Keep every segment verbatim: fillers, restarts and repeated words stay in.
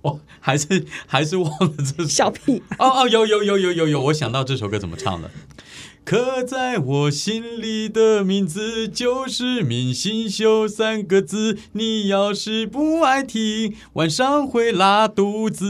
我还是还是忘了这首小屁哦哦，有有有有有有，我想到这首歌怎么唱了。刻在我心里的名字就是明星秀三个字，你要是不爱听，晚上会拉肚子。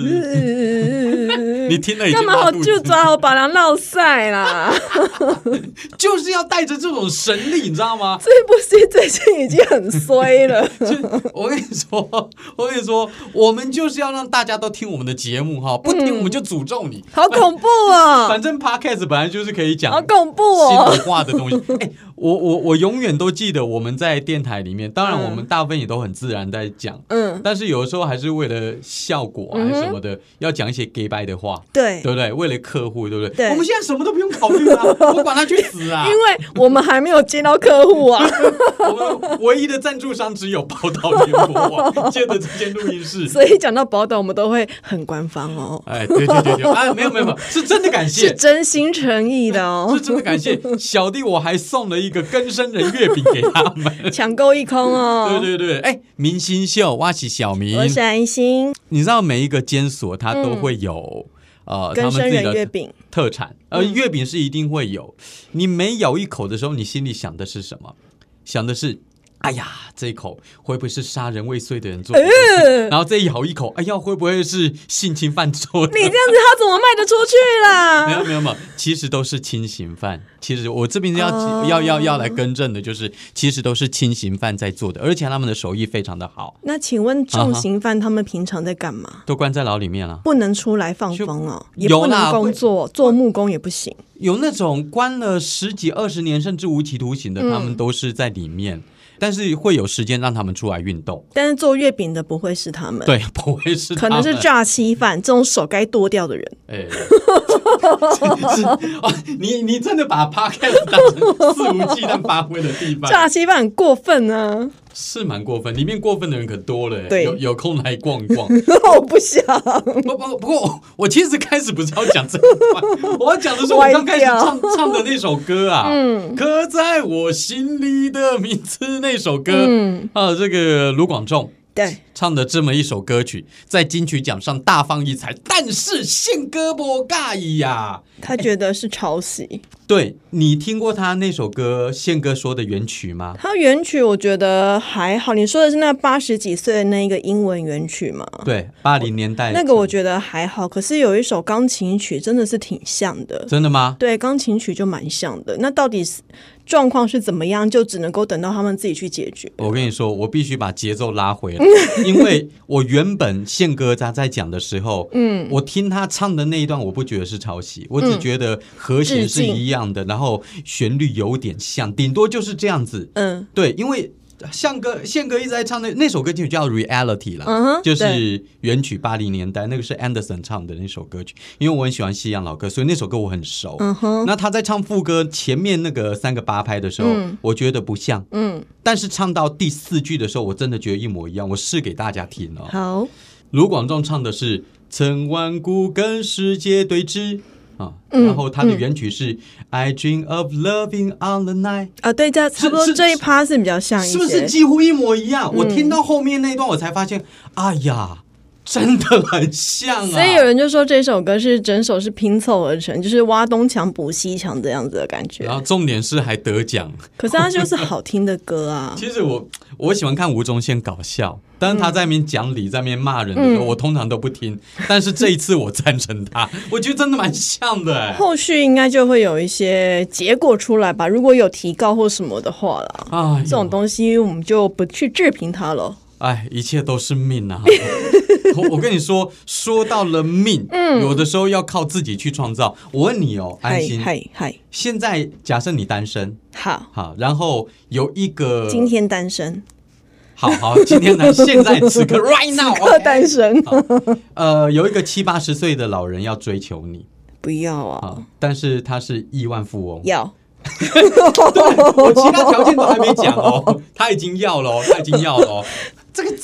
你听了已经干嘛好拉肚子， 就抓好把人闹晒啦？ 就是要带着这种神力，你知道吗？ 这部戏最近已经很衰了。 我跟你说，我跟你说，我们就是要让大家都听我们的节目哈，不听我们就诅咒你。 好恐怖哦！ 反正 Podcast 本来就是可以讲好恐怖哦！ 心里话的东西。哎、欸，我我我永远都记得我们在电台里面，当然我们大部分也都很自然在讲，嗯，但是有的时候还是为了效果啊什么的，嗯、要讲一些 gay 掰的话， 对对不对？为了客户，对不对？ 对， 我们现在什么都不用考虑啊，我管他去死啊！ 因为我们还没有接到客户啊。 我们唯一的赞助商只有宝岛联播网，借的这间录音室， 所以讲到宝岛，我们都会很官方哦。 哎，对对对对，啊，没有没有没有，是真的感谢， 是真心诚意的哦， 是真的感谢。小弟我还送了一个更生人月饼给他们， 抢购一空哦。 对对对，哎，明星秀，我是小明， 我是安心。 你知道每一个监所它都会有、嗯、呃， 更生人月饼特产，呃，月饼是一定会有。你每咬一口的时候，你心里想的是什么？想的是。哎呀，这一口会不会是杀人未遂的人做的、呃？然后再咬一口，哎呀，会不会是性侵犯做的？ 你这样子，他怎么卖得出去啦？ 没有没有没有，其实都是轻刑犯。其实我这边要、哦、要要要来更正的，就是其实都是轻刑犯在做的，而且他们的手艺非常的好。 那请问重刑犯他们平常在干嘛？ 啊、都关在牢里面了， 不能出来放风哦，也不能工作，做木工也不行。 有那种关了十几二十年甚至无期徒刑的，嗯、他们都是在里面。但是会有时间让他们出来运动， 但是做月饼的不会是他们， 对，不会是他们， 可能是诈欺犯，这种手该剁掉的人。哎、欸是哦，你你真的把 Podcast 当成肆无忌惮发挥的地方， 诈欺犯很过分啊， 是蛮过分，里面过分的人可多了， 对， 有有空来逛逛。 我不想， 不不不过我其实开始不是要讲这一段，我要讲的是我刚开始唱唱的那首歌啊，嗯，刻在我心里的名字那首歌，嗯啊，这个卢广仲。 对， 唱的这么一首歌曲，在金曲奖上大放异彩，但是宪哥不介意呀， 他觉得是抄袭。欸、 对，你听过他那首歌宪哥说的原曲吗？ 他原曲我觉得还好，你说的是那八十几岁的那个英文原曲吗？ 对，八零年代那个我觉得还好，可是有一首钢琴曲真的是挺像的。 真的吗？ 对，钢琴曲就蛮像的。那到底是状况是怎么样，就只能够等到他们自己去解决。 我跟你说，我必须把节奏拉回来，因为我原本宪哥他在讲的时候，嗯，我听他唱的那一段，我不觉得是抄袭，我只觉得和弦是一样的，嗯、然后旋律有点像，顶多就是这样子。嗯，对，因为。宪哥宪哥一直在唱的那首歌曲叫 Reality 啦、uh-huh, 就是原曲八零年代那个是 Anderson 唱的那首歌曲，因为我很喜欢西洋老歌，所以那首歌我很熟、uh-huh. 那他在唱副歌前面那个三个八拍的时候、嗯、我觉得不像、嗯、但是唱到第四句的时候我真的觉得一模一样，我试给大家听哦。 好， 卢广仲唱的是曾顽固跟世界对峙啊、然后他的原曲是、嗯嗯、I dream of loving on the night 啊，对，这差不多这一趴是比较像一些， 是不是几乎一模一样、嗯、我听到后面那一段我才发现哎呀真的很像啊， 所以有人就说这首歌是整首是拼凑而成，就是挖东墙补西墙这样子的感觉， 然后重点是还得奖， 可是它就是好听的歌啊其实我我喜欢看吴宗宪搞笑，但是他在那边讲理在那边骂人的时候、嗯、我通常都不听，但是这一次我赞成他我觉得真的蛮像的、欸、 后续应该就会有一些结果出来吧，如果有提告或什么的话啦、哎、这种东西我们就不去置评它了， 哎，一切都是命啊我, 我跟你说说到了命、嗯、有的时候要靠自己去创造。我问你哦，安心， 嗨嗨， 现在假设你单身， 好好，然后有一个今天单身， 好好，今天单现在此刻 right now 此刻单身、 okay 呃，有一个七八十岁的老人要追求你， 不要啊， 但是他是亿万富翁， 要对，我其他条件都还没讲哦，他已经要了哦，他已经要了哦，这个这个太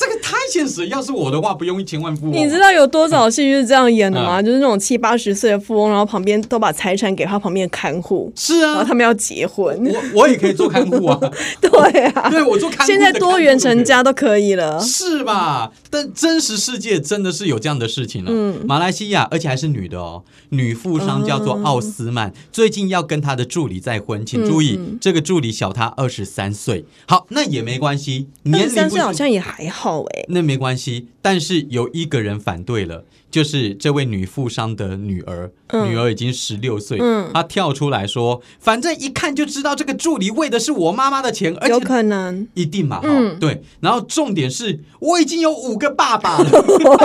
现实，要是我的话不用一千万富翁。 你知道有多少戏剧是这样演的吗、嗯、就是那种七八十岁的富翁，然后旁边都把财产给他旁边的看护。 是啊， 然后他们要结婚， 我我也可以做看护啊。 对啊， 对，我做看护， 现在多元成家都可以了， 是吧？但真实世界真的是有这样的事情了、嗯、马来西亚，而且还是女的哦，女富商叫做奥斯曼、嗯、最近要跟他的助理再婚，请注意、嗯、这个助理小他二十三岁。好，那也没关系，年龄二十三岁好像也还好哎， 那没关系。但是有一个人反对了，就是这位女富商的女儿、嗯、女儿已经十六岁、嗯、她跳出来说，反正一看就知道这个助理为的是我妈妈的钱，而且有可能一定嘛、嗯、对。然后重点是我已经有五个爸爸了。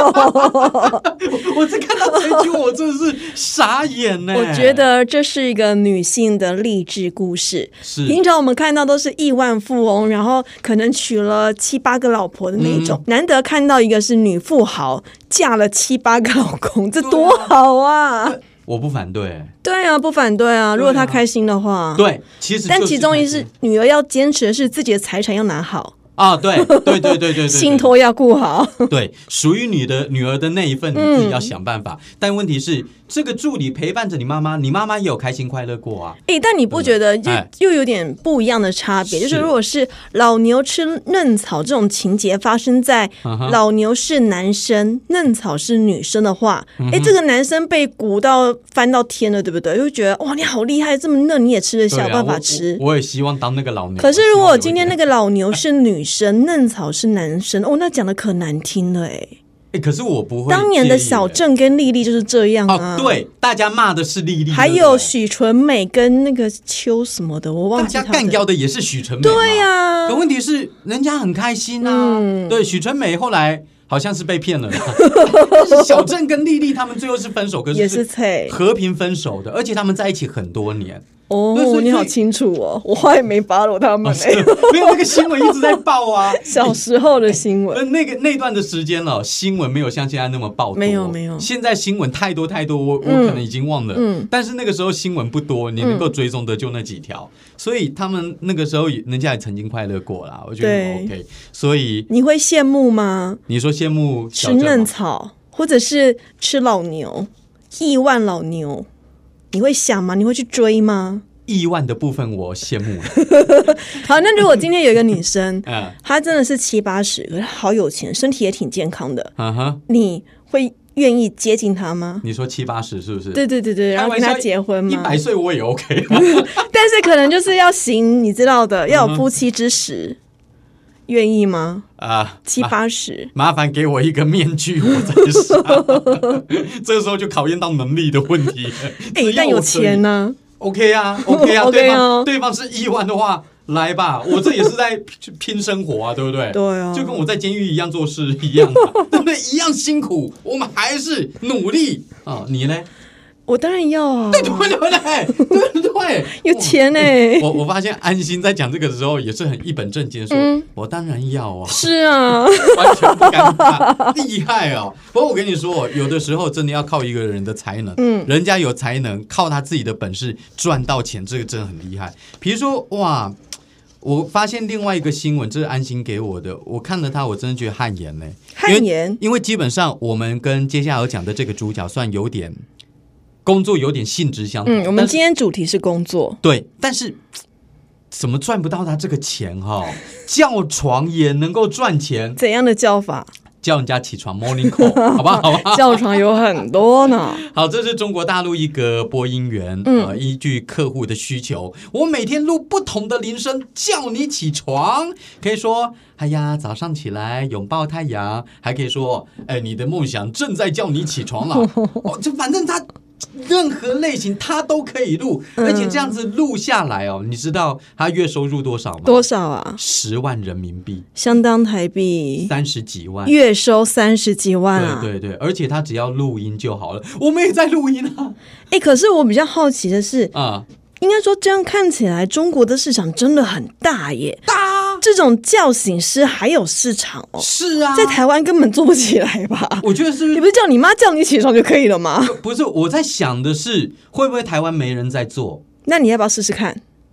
我在看到这句我真的是傻眼呢。 我觉得这是一个女性的励志故事。 是， 平常我们看到都是亿万富翁，然后可能娶了七八个老婆的那种、嗯、难得看到一个是女富豪嫁了七八个老公，这多好啊！ 我不反对。 对啊，不反对啊，如果她开心的话。 对，其实但其中一是女儿要坚持的是自己的财产要拿好啊，对对对对对对， 信托要顾好。 对，属于你的女儿的那一份，你自己要想办法。嗯、但问题是，这个助理陪伴着你妈妈，你妈妈也有开心快乐过啊。 哎、欸，但你不觉得就又有点不一样的差别？就是如果是老牛吃嫩草这种情节发生在老牛是男生，嫩草是女生的话，哎、欸，这个男生被鼓到翻到天了，对不对？就觉得哇，你好厉害，这么嫩你也吃得下，有办法吃。 我, 我也希望当那个老牛。 可是如果今天那个老牛是女生，嫩草是男生，哦，那讲的可难听了哎。 欸、可是我不会。 当年的小郑跟丽丽就是这样啊。 哦、对，大家骂的是丽丽， 还有许纯美跟那个邱什么的，我忘记他的。 大家干掉的也是许纯美。 对呀、啊。 可问题是，人家很开心啊。嗯、对，许纯美后来好像是被骗了。但是小郑跟丽丽他们最后是分手，可是也是和平分手的，而且他们在一起很多年。 哦，你好清楚哦，我还没 follow 他们、欸哦、没有，那个新闻一直在报啊。 小时候的新闻， 那个那段的时间了，新闻没有像现在那么报多， 没有没有。现在新闻太多太多，我、嗯、我可能已经忘了、嗯。但是那个时候新闻不多，你能够追踪的就那几条、嗯，所以他们那个时候人家也曾经快乐过啦，我觉得 OK。所以你会羡慕吗？ 你说羡慕吃嫩草，或者是吃老牛，亿万老牛？你会想吗？你会去追吗？ 亿万的部分我羡慕了。 好，那如果今天有一个女生，嗯、她真的是七八十，可是好有钱，身体也挺健康的，嗯、你会愿意接近她吗？ 你说七八十是不是？ 对对对对，然后跟她结婚吗？ 一百岁我也 OK 但是可能就是要行，你知道的，要有夫妻之实。愿意吗？啊、呃，七八十， 麻烦给我一个面具，我再上。这时候就考验到能力的问题。 哎、欸，但有钱呢、 啊、？OK 啊 ，OK 啊， okay 对方、哦、对方是亿万的话，来吧，我这也是在拼生活啊，对不对？ 对啊，就跟我在监狱一样做事一样、啊，对不对？一样辛苦，我们还是努力啊。你呢？ 我当然要啊！ 对对对对对对， 有钱哎、欸！ 我我发现安心在讲这个的时候也是很一本正经说、嗯，我当然要啊！ 是啊， 完全不尴尬，厉害哦！不过我跟你说，有的时候真的要靠一个人的才能，嗯，人家有才能，靠他自己的本事赚到钱，这个真的很厉害。比如说，哇，我发现另外一个新闻，这是安心给我的，我看了他，我真的觉得汗颜呢。 汗颜， 因为基本上我们跟接下来要讲的这个主角算有点。工作有点性质相同， 嗯，我们今天主题是工作， 对，但是怎么赚不到他这个钱哈？叫床也能够赚钱， 怎样的叫法？ 叫人家起床 morning call， 好不好？好吧， 叫床有很多呢。 好，这是中国大陆一个播音员，嗯、呃，依据客户的需求，我每天录不同的铃声叫你起床，可以说，哎呀，早上起来拥抱太阳，还可以说，哎，你的梦想正在叫你起床了。哦，就反正他。任何类型他都可以录、嗯，而且这样子录下来哦，你知道他月收入多少吗？ 多少啊？ 十万人民币， 相当台币三十几万， 月收三十几万啊！ 对对对，而且他只要录音就好了，我们也在录音啊。 哎、欸，可是我比较好奇的是啊。应该说，这样看起来，中国的市场真的很大耶！ 大， 这种叫醒师还有市场哦。 是啊， 在台湾根本做不起来吧？ 我觉得是， 你不是叫你妈叫你起床就可以了吗？ 不是，我在想的是，会不会台湾没人在做？ 那你要不要试试看？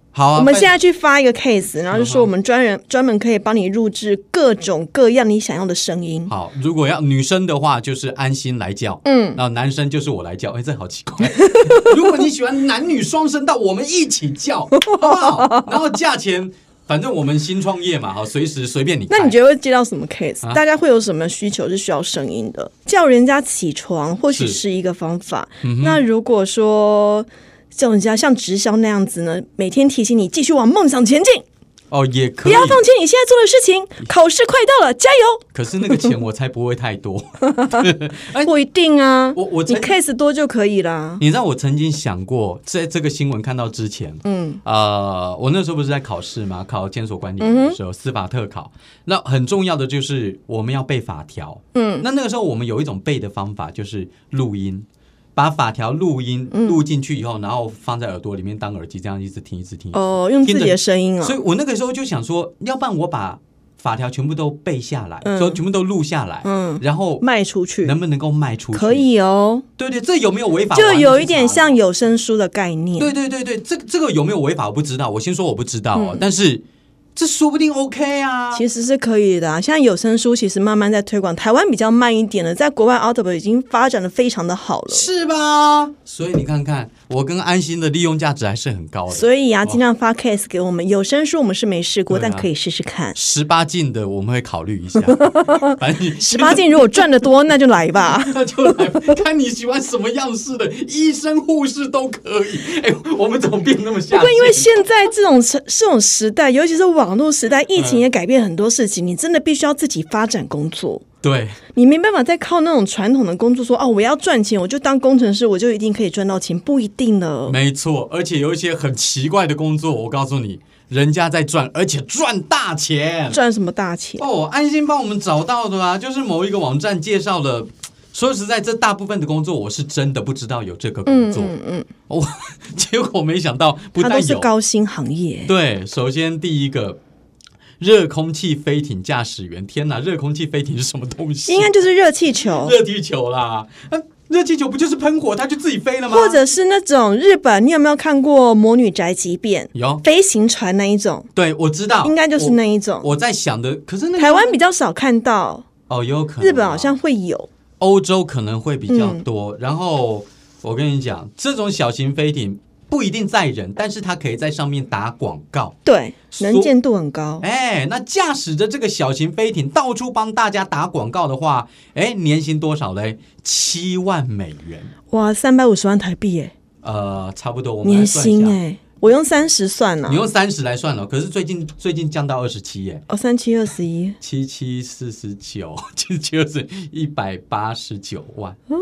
好啊， 我们现在去发一个 case， 然后就说我们专人专门可以帮你录制各种各样你想要的声音。 好，如果要女生的话，就是安心来叫，嗯，然后男生就是我来叫。哎，这好奇怪。如果你喜欢男女双声道，我们一起叫，好不好？然后价钱。反正我们新创业嘛，好，随时随便你开。 那你觉得会接到什么 case？、啊、大家会有什么需求是需要声音的？叫人家起床或许是一个方法。嗯、那如果说叫人家像直销那样子呢，每天提醒你继续往梦想前进。 哦，也可以。 不要放弃你现在做的事情，考试快到了，加油！ 可是那个钱我才不会太多， 不一定啊。 我我你 case 多就可以啦。 你知道我曾经想过，在这个新闻看到之前，嗯，呃，我那时候不是在考试吗？考监所管理员的时候，嗯、司法特考。那很重要的就是我们要背法条，嗯，那那个时候我们有一种背的方法，就是录音。把法条录音录进去以后，嗯、然后放在耳朵里面当耳机，这样一直听，一直听。 哦，用自己的声音啊。 所以我那个时候就想说，要不然我把法条全部都背下来，嗯、所以全部都录下来，嗯，然后卖出去， 能不能够卖出去？ 可以哦。 对对，这有没有违法？ 就有一点像有声书的概念。 对对对对，这这个有没有违法我不知道。我先说我不知道哦，嗯、但是。这说不定 OK 啊， 其实是可以的啊。现在有声书其实慢慢在推广，台湾比较慢一点的，在国外 Audible 已经发展的非常的好了， 是吧？所以你看看，我跟安心的利用价值还是很高的。 所以啊，尽量发 case 给我们。有声书我们是没试过，啊、但可以试试看。 十八禁的我们会考虑一下。反正十八禁如果赚得多，那就来吧。 那就来，看你喜欢什么样式的，医生、护士都可以。哎，我们怎么变那么下？ 不过因为现在这种这种时代，尤其是网络时代，疫情也改变很多事情，你真的必须要自己发展工作。 对， 你没办法再靠那种传统的工作说哦，我要赚钱，我就当工程师，我就一定可以赚到钱，不一定的。 没错，而且有一些很奇怪的工作，我告诉你，人家在赚，而且赚大钱。 赚什么大钱？ 哦，安心帮我们找到的啊，就是某一个网站介绍了。说实在，这大部分的工作我是真的不知道有这个工作，嗯嗯嗯，我结果没想到不但有， 它都是高薪行业。 对，首先第一个。热空气飞艇驾驶员，天哪！热空气飞艇是什么东西？ 应该就是热气球， 热气球啦。啊，热气球不就是喷火，它就自己飞了吗？ 或者是那种日本，你有没有看过《魔女宅急便》？ 有飞行船那一种。 对，我知道， 应该就是那一种。 我, 我在想的，可是那台湾比较少看到。 哦，有可能、啊。 日本好像会有， 欧洲可能会比较多。嗯、然后我跟你讲，这种小型飞艇。不一定载人，但是它可以在上面打广告， 对，能见度很高。 哎，那驾驶着这个小型飞艇到处帮大家打广告的话，哎，年薪多少嘞？七万美元。 哇，三百五十万台币耶。 呃，差不多。我们年薪哎，我用三十算了、啊。 你用三十来算了，可是最近最近降到二十七耶。 哦，三七二十一， 七七四十九，七七二十一百八十九万。哦。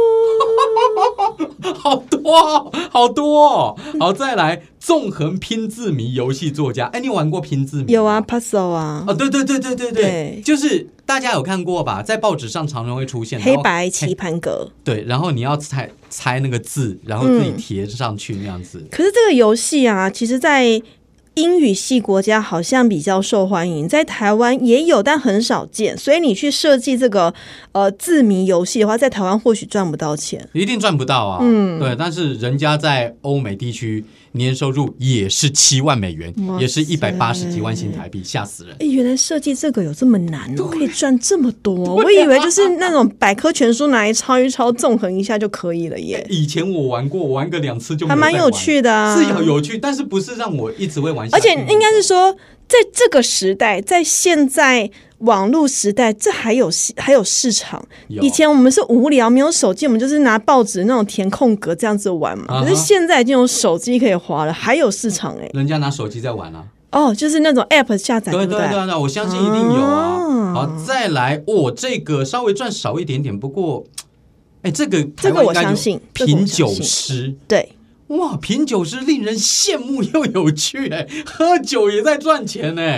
好多、哦，好多、哦，好，再来纵横拼字谜游戏作家。哎，你有玩过拼字谜？ 有啊 ，puzzle 啊。 哦，对对对对对 对, 对，就是大家有看过吧？在报纸上常常会出现黑白棋盘格。 对，然后你要猜猜那个字，然后自己贴上去那样子。嗯、 可是这个游戏啊，其实在英语系国家好像比较受欢迎，在台湾也有，但很少见。所以你去设计这个呃字谜游戏的话，在台湾或许赚不到钱， 一定赚不到啊。嗯，对，但是人家在欧美地区年收入也是七万美元，也是一百八十几万新台币，吓死人！ 哎，原来设计这个有这么难哦，可以赚这么多、哦。我以为就是那种百科全书拿来抄一抄，纵横一下就可以了耶。 以前我玩过，我玩个两次就没有再玩， 还蛮有趣的啊， 是有有趣，但是不是让我一直会玩下去。而且应该是说，在这个时代，在现在网络时代，这还有还有市场。以前我们是无聊，没有手机，我们就是拿报纸那种填空格这样子玩嘛。Uh-huh. 可是现在已经有手机可以滑了，还有市场哎、欸。 人家拿手机在玩啊。 哦，就是那种 app 下载， 对对对对，我相信一定有啊。好，再来，哦，这个稍微赚少一点点，不过，哎，这个这个我相信， 品酒师， 对。 哇，品酒师令人羡慕又有趣哎，喝酒也在赚钱哎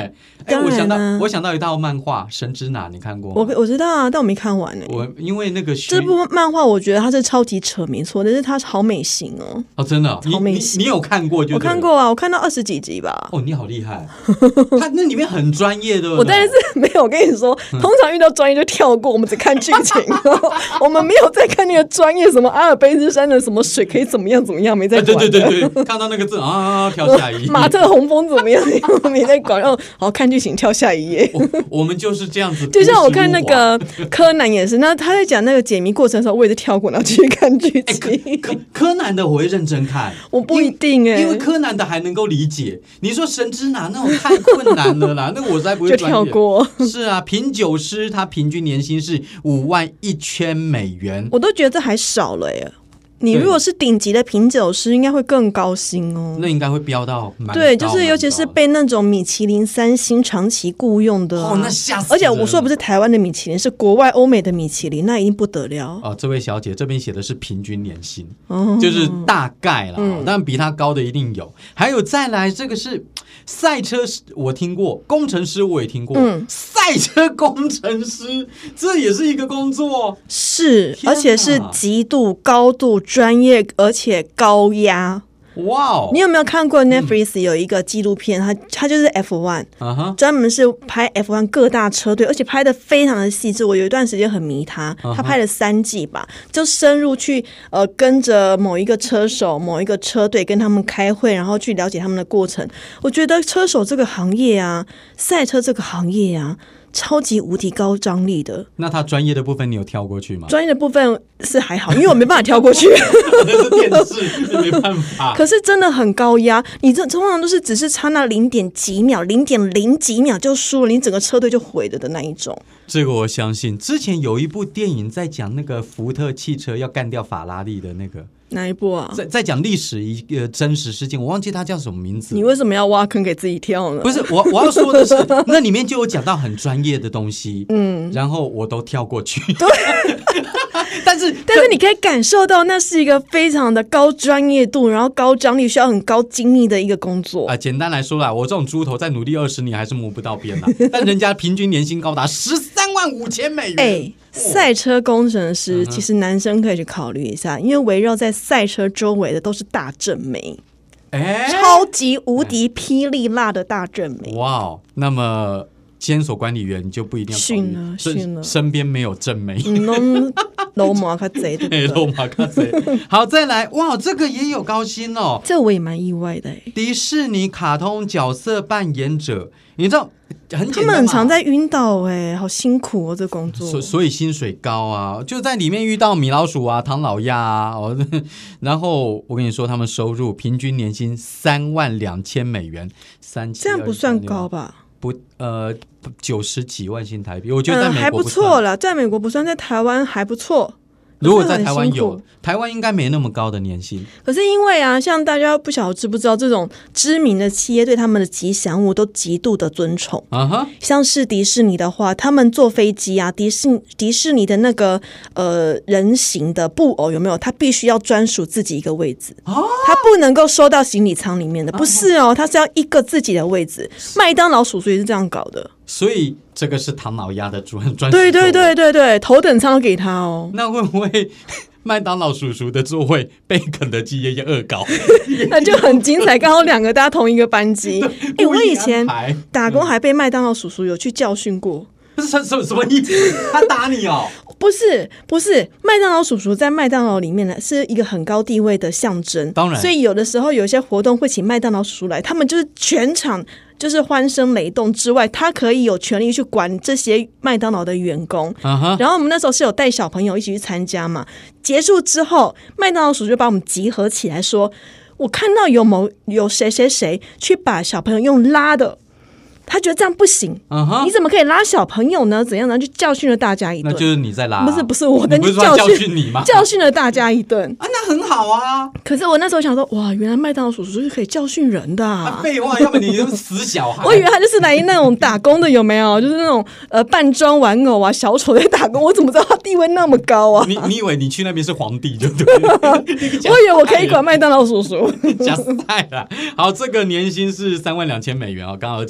哎，我想到我想到一套漫画《神之哪》，你看过吗？ 我我知道啊，但我没看完呢。 我因为那个这部漫画，我觉得它是超级扯，没错，但是它好美型哦。 哦，真的、哦， 好美型。 你 你, 你有看过就？ 我看过啊，我看到二十几集吧。 哦，你好厉害！它那里面很专业的。 我当然是没有。我跟你说，通常遇到专业就跳过，我们只看剧情，我们没有在看那个专业什么阿尔卑斯山的什么水可以怎么样怎么样，没在管、 哎。对对对对，看到那个字啊，跳下一页。 马特洪峰怎么样？没在管，然后好看剧情跳下一页。 我, 我们就是这样子， 就像我看那个柯南也是，那他在讲那个解谜过程的时候，我也是跳过，然后继续看剧情。 欸、柯, 柯南的我会认真看， 我不一定哎、欸， 因为柯南的还能够理解。你说神之哪那种太困难了啦，那个我实在不会专业。 就跳过。 是啊，品酒师他平均年薪是五万一千美元， 我都觉得这还少了耶。你如果是顶级的品酒师，应该会更高薪哦。 那应该会飙到蛮高。 对，就是尤其是被那种米其林三星长期雇佣的、啊、 哦，那吓死人！ 而且我说的不是台湾的米其林，是国外欧美的米其林，那一定不得了。 哦，这位小姐这边写的是平均年薪，哦、就是大概啦，嗯、但比她高的一定有。还有再来，这个是赛车，我听过，工程师我也听过，嗯、赛车工程师这也是一个工作， 是，而且是极度高度。专业而且高压， 哇哦！ 你有没有看过 Netflix 有一个纪录片？它它就是 F 一， 专门是拍 F 一 各大车队，而且拍的非常的细致。我有一段时间很迷他，他拍了三季吧，就深入去呃跟着某一个车手、某一个车队跟他们开会，然后去了解他们的过程。我觉得车手这个行业啊，赛车这个行业啊。超级无敌高张力的。 那他专业的部分你有跳过去吗？ 专业的部分是还好，因为我没办法跳过去。 那是电视，没办法。 可是真的很高压，你这通常都是只是差那零点几秒、零点零几秒就输了，你整个车队就毁了的那一种。 这个我相信。之前有一部电影在讲那个福特汽车要干掉法拉利的那个。 哪一部啊？ 在在讲历史一个真实事件，我忘记它叫什么名字。 你为什么要挖坑给自己跳呢？ 不是我，我要说的是，那里面就有讲到很专业的东西，嗯，然后我都跳过去。 对，但是但是你可以感受到，那是一个非常的高专业度，然后高张力，需要很高精密的一个工作啊、呃。简单来说啦，我这种猪头再努力二十年还是摸不到边啦。但人家平均年薪高达十三万五千美元。 哎，赛车工程师、哦、其实男生可以去考虑一下，因为围绕在赛车周围的都是大正妹，哎，超级无敌霹雳辣的大正妹。 哇哦，那么监所管理员就不一定要训了训了， 身边没有正妹， 嗯，罗马卡贼的， 罗马卡贼。好，再来，哇，这个也有高薪哦， 这我也蛮意外的。 迪士尼卡通角色扮演者，你知道很简单吗？ 他们很常在晕倒，哎，好辛苦哦，这工作。 所所以薪水高啊，就在里面遇到米老鼠啊、唐老鸭啊，哦、然后我跟你说，他们收入平均年薪三万两千美元，三这样不算高吧？ 不，呃，九十几万新台币，我觉得在美国、呃、 还不错了，在美国不算，在台湾还不错。 如果在台湾有，台湾应该没那么高的年薪。 可是因为啊，像大家不晓得知不知道，这种知名的企业对他们的吉祥物都极度的尊崇。啊哈，像是迪士尼的话，他们坐飞机啊，迪士迪士尼的那个呃人形的布偶有没有？他必须要专属自己一个位置，啊、他不能够收到行李舱里面的，不是哦，他是要一个自己的位置。麦当劳叔叔也是这样搞的。 所以这个是唐老鸭的主人专属。 对对对对对，头等舱都给他哦。 那会不会麦当劳叔叔的座位被肯德基爷爷恶搞？ 那就很精彩，刚好两个搭同一个班机。哎、欸，我以前打工还被麦当劳叔叔有去教训过。 什什什么意思？他打你哦？ 不是不是，麦当劳叔叔在麦当劳里面呢是一个很高地位的象征。 当然， 所以有的时候有一些活动会请麦当劳叔叔来，他们就是全场就是欢声雷动之外，他可以有权利去管这些麦当劳的员工。Uh-huh. 然后我们那时候是有带小朋友一起去参加嘛。结束之后，麦当劳叔叔就把我们集合起来说：“我看到有某有谁谁谁去把小朋友用拉的。”他觉得这样不行， uh-huh. 你怎么可以拉小朋友呢？怎样呢？就教训了大家一顿。 那就是你在拉、啊， 不是不是我跟你教训，教训你吗？ 教训了大家一顿啊，那很好啊。 可是我那时候想说，哇，原来麦当劳叔叔是可以教训人的啊！ 废话，要不你就是死小孩。 我以为他就是来那种打工的，有没有？就是那种呃扮装玩偶啊、小丑在打工。我怎么知道他地位那么高啊？ 你你以为你去那边是皇帝就对了？ 我以为我可以管麦当劳叔叔。 假赛了。好，这个年薪是三万两千美元啊，刚刚有讲过。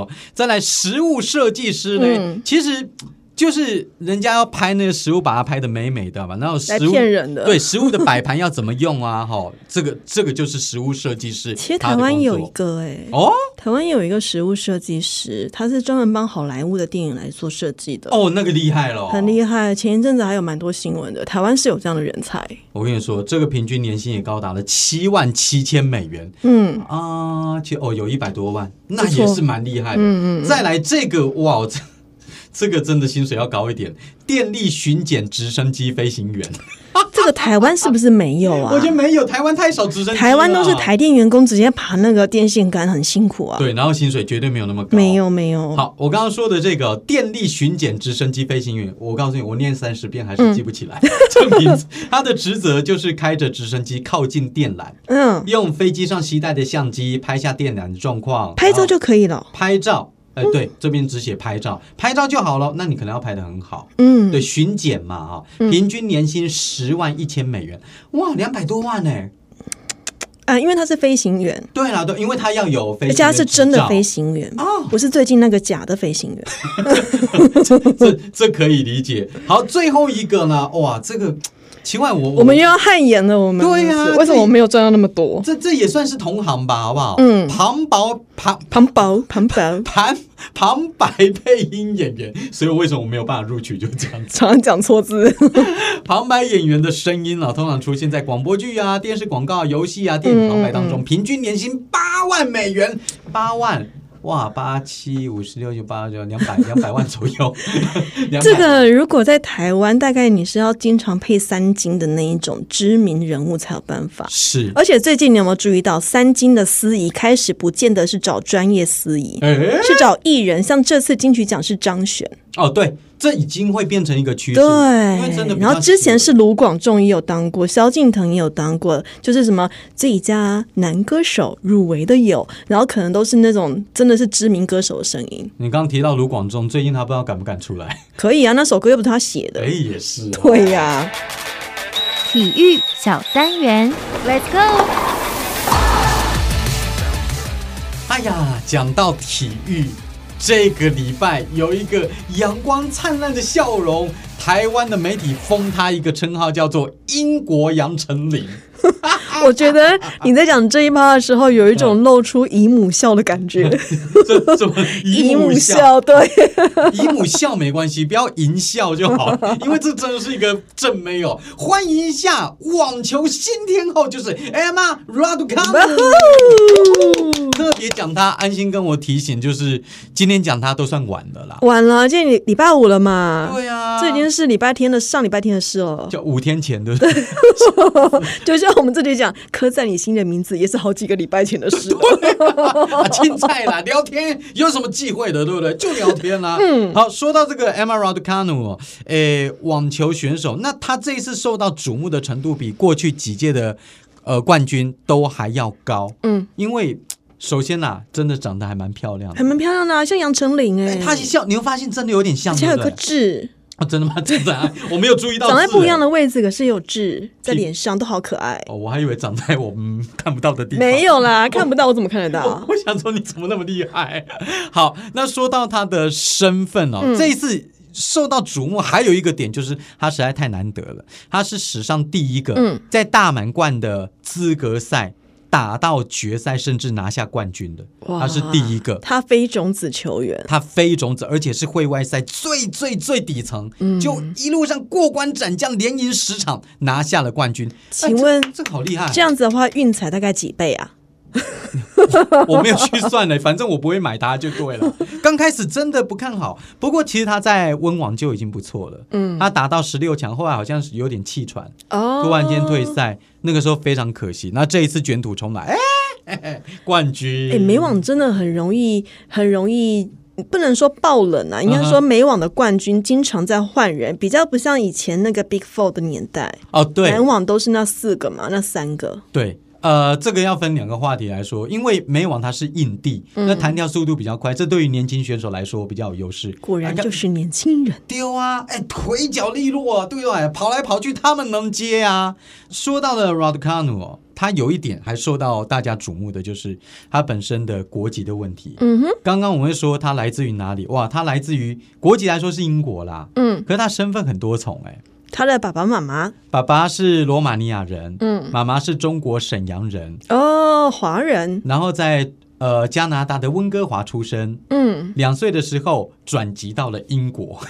再来食物设计师呢、嗯、其实就是人家要拍那个食物，把它拍得美美的嘛，然后食物来骗人的， 对食物的摆盘要怎么用啊？哈，这个这个就是食物设计师。 其实台湾有一个哎、欸，哦，台湾有一个食物设计师，他是专门帮好莱坞的电影来做设计的。 哦，那个厉害了， 很厉害。前一阵子还有蛮多新闻的，台湾是有这样的人才。 我跟你说，这个平均年薪也高达了七万七千美元。嗯啊，其实哦有一百多万，那也是蛮厉害的。嗯嗯。再来这个哇，这。这个真的薪水要高一点，电力巡检直升机飞行员。 这个台湾是不是没有啊？ 我觉得没有，台湾太少直升机了。 台湾都是台电员工直接爬那个电线杆，很辛苦啊。 对，然后薪水绝对没有那么高。 没有没有。 好，我刚刚说的这个电力巡检直升机飞行员，我告诉你，我念三十遍还是记不起来、嗯、这个名字。他的职责就是开着直升机靠近电缆，嗯，用飞机上携带的相机拍下电缆的状况， 拍照就可以了。 拍照。哎，对，这边只写拍照，拍照就好了。那你可能要拍得很好，嗯，对，巡检嘛，哈、嗯，平均年薪十万一千美元，哇，两百多万呢、欸。 啊，因为他是飞行员。 对啦，对，因为他要有飞行员， 而且他是真的飞行员哦，不是最近那个假的飞行员。 这这这可以理解。好，最后一个呢，哇，这个。奇怪，我我们又要汗颜了，我们对呀、啊， 为什么我没有赚到那么多？ 这这也算是同行吧，好不好？嗯，庞宝庞庞宝庞宝庞旁白配音演员，所以为什么我没有办法录取？就这样子， 常常讲错字。 旁白演员的声音啊，通常出现在广播剧啊、电视广告、游戏啊、电影旁白当中，嗯嗯平均年薪八万美元，八万。哇，八七五十六九八九两百两百万左右。 这个如果在台湾，大概你是要经常配三金的那一种知名人物才有办法。 是， 而且最近你有没有注意到，三金的司仪开始不见得是找专业司仪，欸、是找艺人，像这次金曲奖是张悬。 哦，对。这已经会变成一个趋势， 对， 因为真的。 然后之前是卢广仲也有当过，萧敬腾也有当过，就是什么最佳男歌手入围的有，然后可能都是那种真的是知名歌手的声音。 你刚刚提到卢广仲，最近他不知道敢不敢出来？ 可以啊，那首歌又不是他写的。 哎，也是、啊。 对呀、啊。 体育小单元 ，Let's go。 哎呀，讲到体育。这个礼拜有一个阳光灿烂的笑容，台湾的媒体封他一个称号，叫做英国杨丞琳。 我觉得你在讲这一趴的时候，有一种露出姨母笑的感觉。 这怎么姨母笑？对， 姨母笑没关系，不要淫笑就好，因为这真的是一个正妹哦。欢迎一下网球新天后，就是 Emma Raducanu。特别讲她，安心跟我提醒，就是今天讲她都算晚了啦。 晚了，今天礼拜五了嘛？ 对啊， 这已经是礼拜天的上礼拜天的事了， 就五天前对不对？ 就像我们这里讲，刻在你心的名字，也是好几个礼拜前的事了。 啊，青菜啦，聊天有什么忌讳的，对不对？就聊天啦。嗯，好，说到这个 Emma Raducanu， 诶，网球选手，那她这一次受到瞩目的程度，比过去几届的呃冠军都还要高。嗯，因为首先啊，真的长得还蛮漂亮的， 还蛮漂亮的、啊，像杨丞琳哎， 她像你会发现真的有点像， 而且有个痣。 哦、真的吗？真的、啊，我没有注意到长在不一样的位置，可是有痣在脸上，都好可爱。 哦，我还以为长在我们看不到的地方。 没有啦，看不到我怎么看得到？ 我, 我想说你怎么那么厉害？好，那说到他的身份哦，嗯、这一次受到瞩目，还有一个点就是他实在太难得了，他是史上第一个在大满贯的资格赛打到决赛甚至拿下冠军的，他是第一个。 他非种子球员， 他非种子，而且是会外赛最最最底层，嗯、就一路上过关斩将，连赢十场拿下了冠军。 请问、 哎、这, 这好厉害！ 这样子的话，运彩大概几倍啊？ 我没有去算了，反正我不会买它就对了。刚开始真的不看好，不过其实他在温网就已经不错了。嗯，他打到十六强，后来好像是有点气喘，哦，突然间退赛，那个时候非常可惜。那这一次卷土重来，哎，冠军！ 哎，美网真的很容易，很容易。不能说爆冷啊，应该说美网的冠军经常在换人，比较不像以前那个 Big Four 的年代。 哦，对， 男网都是那四个嘛，那三个。 对，呃，这个要分两个话题来说，因为美网它是硬地，嗯、那弹跳速度比较快，这对于年轻选手来说比较有优势。 果然就是年轻人。 丢啊，哎，腿脚利落啊，对不对？跑来跑去他们能接啊。说到了 Raducanu 哦。 他有一点还受到大家瞩目的，就是他本身的国籍的问题。 嗯哼， 刚刚我们说他来自于哪里？哇，他来自于国籍来说是英国啦， 嗯， 可是他身份很多重哎、欸。 他的爸爸妈妈， 爸爸是罗马尼亚人， 嗯， 妈妈是中国沈阳人， 哦，华人， 然后在呃加拿大的温哥华出生， 嗯， 两岁的时候转籍到了英国。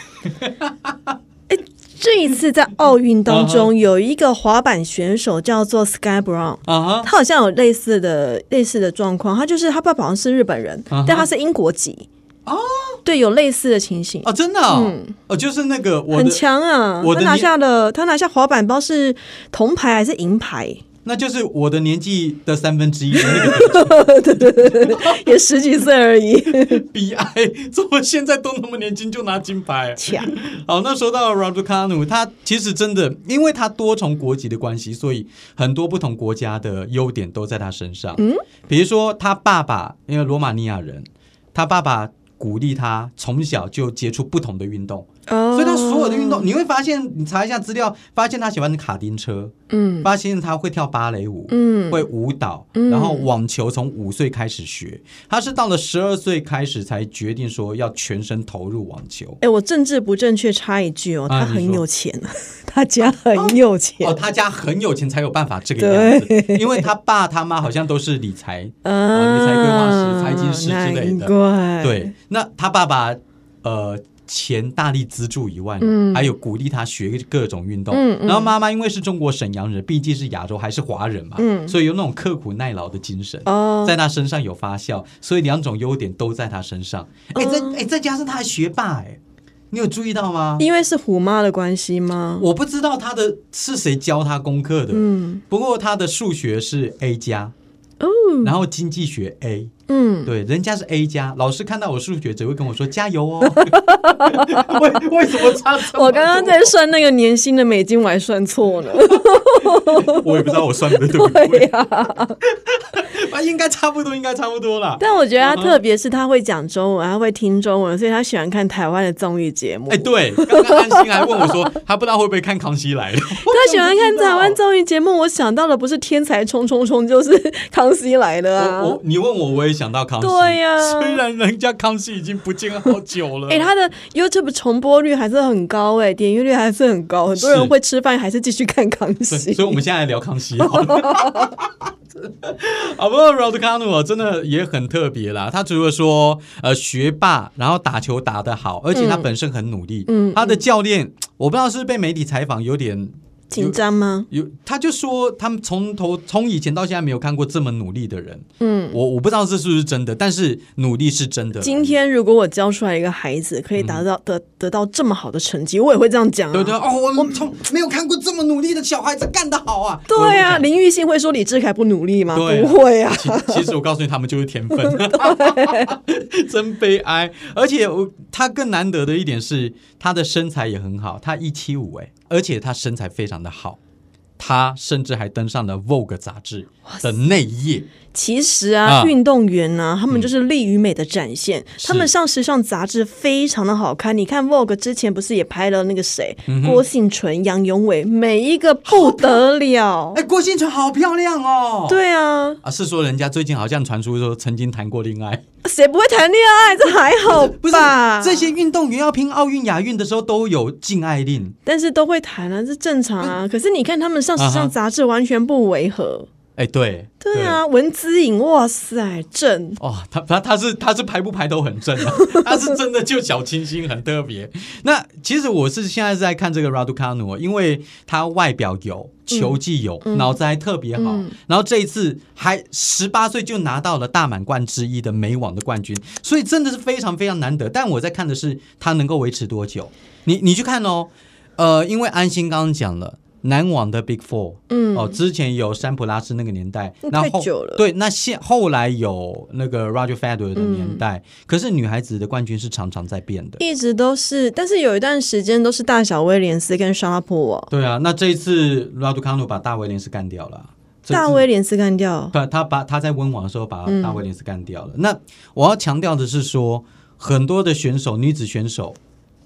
这一次在奥运当中，有一个滑板选手叫做 Sky Brown，、uh-huh. 他好像有类似的类似的状况，他就是他爸爸好像是日本人， uh-huh. 但他是英国籍。哦、oh? ，对，有类似的情形哦，真的、哦，嗯，哦，就是那个我很强啊，他拿下了他拿下滑板包是铜牌还是银牌？ 那就是我的年纪的三分之一的那个对对对对，也十几岁而已。 悲哀，怎么现在都那么年轻就拿金牌？ 强。 好，那说到 Raducanu， 他其实真的，因为他多重国籍的关系，所以很多不同国家的优点都在他身上。嗯，比如说他爸爸，因为罗马尼亚人，他爸爸鼓励他从小就接触不同的运动。Oh. 所以他所有的运动，你会发现，你查一下资料，发现他喜欢卡丁车，嗯，发现他会跳芭蕾舞，嗯，会舞蹈，嗯，然后网球从五岁开始学，他是到了十二岁开始才决定说要全身投入网球。 哎、欸，我政治不正确插一句哦，他很有钱，啊、他家很有钱、 啊、哦，他家很有钱才有办法这个样子，因为他爸他妈好像都是理财，啊、呃，理财规划师、财经师之类的，对，那他爸爸呃。钱大力资助以外、嗯、还有鼓励他学各种运动、嗯嗯、然后妈妈因为是中国沈阳人，毕竟是亚洲还是华人嘛、嗯、所以有那种刻苦耐劳的精神、哦、在他身上有发酵，所以两种优点都在他身上、哦欸欸、再加上他还学霸、欸、你有注意到吗？ 因为是虎妈的关系吗？ 我不知道他的是谁教他功课的、嗯、不过他的数学是 A 加、哦、然后经济学 A，嗯，对，人家是 A 加，老师看到我数学只会跟我说加油哦。为为什么差这么多？ 我刚刚在算那个年薪的美金，我还算错了。 我也不知道我算的对不对。 对呀、 啊，应该差不多，应该差不多啦。 但我觉得他特别是他会讲中文，他会听中文，所以他喜欢看台湾的综艺节目。 哎、欸，对，刚刚安心还问我说，他不知道会不会看《康熙来了》。 他喜欢看台湾综艺节目，我想到的不是《天才冲冲冲》，就是《康熙来了》啊。 我我你问我，我也想到康熙。 对呀、啊， 虽然人家康熙已经不见好久了， 哎、欸，他的 YouTube 重播率还是很高、欸，哎，点阅率还是很高，很多人会吃饭还是继续看康熙。 所以我们现在来聊康熙好了。好，不过 Raducanu 真的也很特别啦。他除了说呃学霸，然后打球打得好，而且他本身很努力。嗯，他的教练我不知道是被媒体采访有点紧张吗？ 有，他就说他们从头从以前到现在没有看过这么努力的人。嗯，我我不知道这是不是真的，但是努力是真的。 今天如果我教出来一个孩子可以达到、嗯、得得到这么好的成绩，我也会这样讲、啊。 对对哦，我从没有看过这么努力的小孩子干得好啊。 对啊，林育信会说李智凯不努力吗？对啊，不会啊。 其, 其实我告诉你，他们就是天分。真悲哀。而且他更难得的一点是，他的身材也很好，他一七五哎。而且他身材非常的好，他甚至还登上了 Vogue 杂志的内页。 其实啊，运、啊、动员呢、啊，他们就是力与美的展现、嗯。他们上时尚杂志非常的好看。你看 Vogue 之前不是也拍了那个谁、嗯，郭婞淳、杨永伟，每一个不得了。 哎，郭婞淳好漂亮哦。 对啊， 啊，是说人家最近好像传出说曾经谈过恋爱。 谁不会谈恋爱？这还好吧？ 不是，这些运动员要拼奥运、亚运的时候都有禁爱令， 但是都会谈啊，这正常啊。可是你看他们上时尚杂志完全不违和。 哎、欸，对， 对啊，对文姿颖，哇塞，正哦，他他他是他是排不排都很正啊，他是真的就小清新，很特别。那其实我是现在是在看这个 Raducanu， 因为他外表有，球技有，嗯、脑子还特别好、嗯，然后这一次还十八岁就拿到了大满贯之一的美网的冠军，所以真的是非常非常难得。但我在看的是他能够维持多久？你你去看哦，呃，因为安心刚刚讲了。男网的 Big Four， 嗯，哦，之前有山普拉斯那个年代， 那太久了。 对，那现后来有那个 Roger Federer 的年代、嗯，可是女孩子的冠军是常常在变的， 一直都是，但是有一段时间都是大小威廉斯跟莎拉波娃。 对啊，那这一次 Raducanu 把大威廉斯干掉了。 大威廉斯干掉？ 对，他把他在温网的时候把大威廉斯干掉了。嗯、那我要强调的是说，很多的选手，女子选手。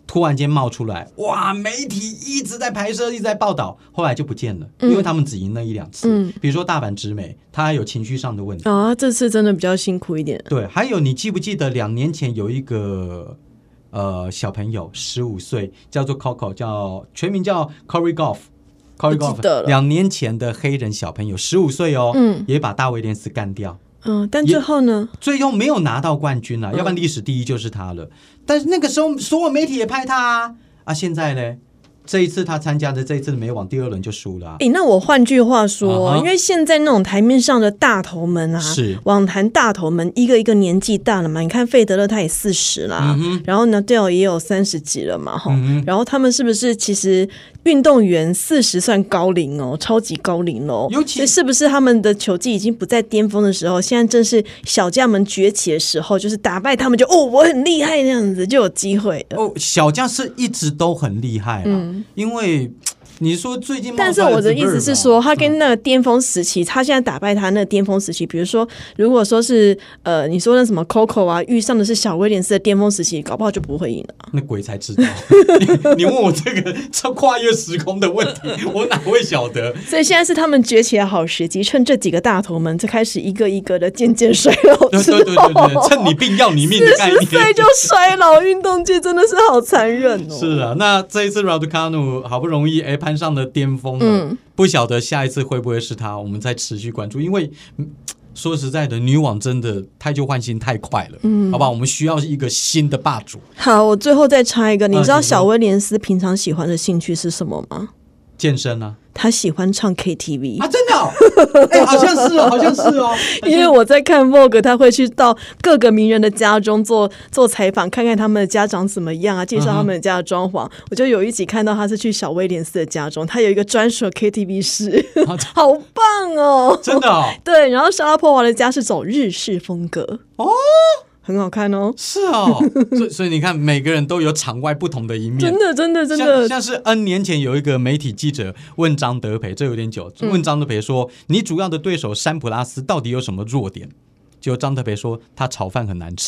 突然间冒出来，哇，媒体一直在拍摄，一直在报道，后来就不见了，因为他们只赢了一两次。嗯，比如说大阪直美，他还有情绪上的问题啊，这次真的比较辛苦一点。 对，还有你记不记得两年前有一个呃小朋友十五岁，叫做 Coco， 叫全名叫 Corey Goff。Corey Goff 两年前的黑人小朋友十五岁哦，嗯，也把大卫连斯干掉。 嗯，但最后呢？ 最后没有拿到冠军啊，嗯、要不然历史第一就是他了。但是那个时候所有媒体也拍他啊，啊，现在呢？这一次他参加的这一次的美网第二轮就输了、啊。 诶，那我换句话说， uh-huh. 因为现在那种台面上的大头们啊， 是网坛大头们，一个一个年纪大了嘛。你看费德勒他也四十啦、嗯，然后呢，戴尔也有三十几了嘛，哈、嗯。然后他们是不是其实运动员四十算高龄哦，超级高龄哦？ 尤其是不是他们的球技已经不在巅峰的时候，现在正是小将们崛起的时候，就是打败他们就哦，我很厉害那样子就有机会了。 哦，小将是一直都很厉害啊。嗯因为你说最近， 但是我的意思是说，他跟那个巅峰时期，他现在打败他那个巅峰时期，比如说，如果说是呃，你说那什么 Coco 啊，遇上的是小威廉斯的巅峰时期，搞不好就不会赢了。 那鬼才知道！你, 你问我这个跨越时空的问题，我哪会晓得？ 所以现在是他们崛起的好时机，趁这几个大头们就开始一个一个的渐渐衰老之后， 对对对对对，趁你病要你命的概念， 四十岁就衰老，运动界真的是好残忍哦。 是啊，那这一次 Raducanu 好不容易哎攀上了巅峰了、嗯、不晓得下一次会不会是他，我们再持续关注，因为说实在的，女网真的太旧换新太快了，嗯，好吧，我们需要一个新的霸主。 好，我最后再插一个，你知道小威廉斯平常喜欢的兴趣是什么吗？ 健身啊。 他喜欢唱 K T V 啊，真的、哦欸，好像是哦，好像是哦。 因为我在看 Vogue， 他会去到各个名人的家中做做采访，看看他们的家长怎么样啊，介绍他们的家的装潢。嗯、我就有一集看到他是去小威廉斯的家中，他有一个专属的 K T V 室，啊、好棒哦， 真的哦。 对，然后莎拉波娃的家是走日式风格哦。很好看哦， 是哦，所以所以你看，每个人都有场外不同的一面， 真的真的真的。 像, 像是 N 年前有一个媒体记者问张德培，这有点久，问张德培说：“嗯、你主要的对手山普拉斯到底有什么弱点？”结果张德培说：“他炒饭很难吃。”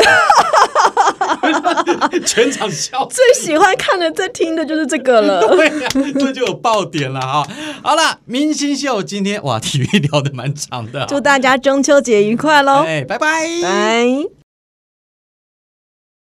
全场笑， 最喜欢看的、在听的就是这个了。 对呀、啊，这就有爆点了哈。好了，明星秀今天哇，体育聊得蛮长的。 祝大家中秋节愉快喽！ 哎，拜拜， 拜。